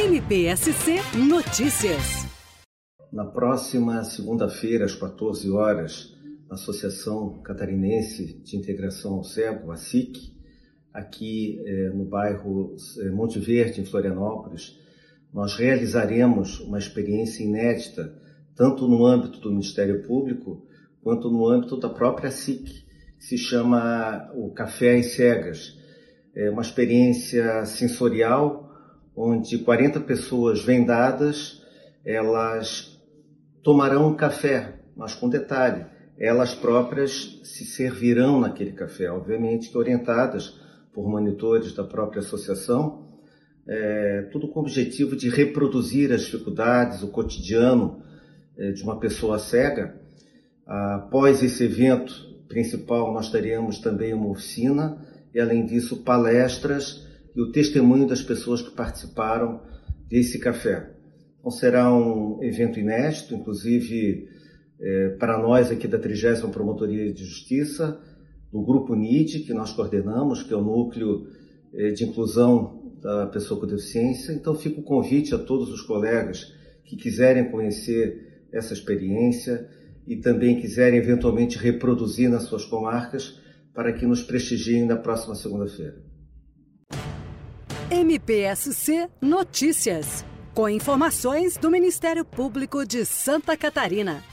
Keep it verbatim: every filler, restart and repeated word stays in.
M P S C Notícias. Na próxima segunda-feira, às quatorze horas, a Associação Catarinense de Integração ao Cego, a S I C, aqui eh, no bairro eh, Monte Verde, em Florianópolis, nós realizaremos uma experiência inédita, tanto no âmbito do Ministério Público, quanto no âmbito da própria S I C, que se chama o Café às Cegas. É uma experiência sensorial, onde quarenta pessoas vendadas, elas tomarão um café, mas com detalhe, elas próprias se servirão naquele café, obviamente que orientadas por monitores da própria associação, é, tudo com o objetivo de reproduzir as dificuldades, o cotidiano é, de uma pessoa cega. Após esse evento principal, nós teremos também uma oficina e, além disso, palestras e o testemunho das pessoas que participaram desse café. Então, será um evento inédito, inclusive é, para nós aqui da trigésima Promotoria de Justiça, do Grupo N I D, que nós coordenamos, que é o Núcleo é, de Inclusão da Pessoa com Deficiência. Então, fica o convite a todos os colegas que quiserem conhecer essa experiência e também quiserem eventualmente reproduzir nas suas comarcas, para que nos prestigiem na próxima segunda-feira. M P S C Notícias, com informações do Ministério Público de Santa Catarina.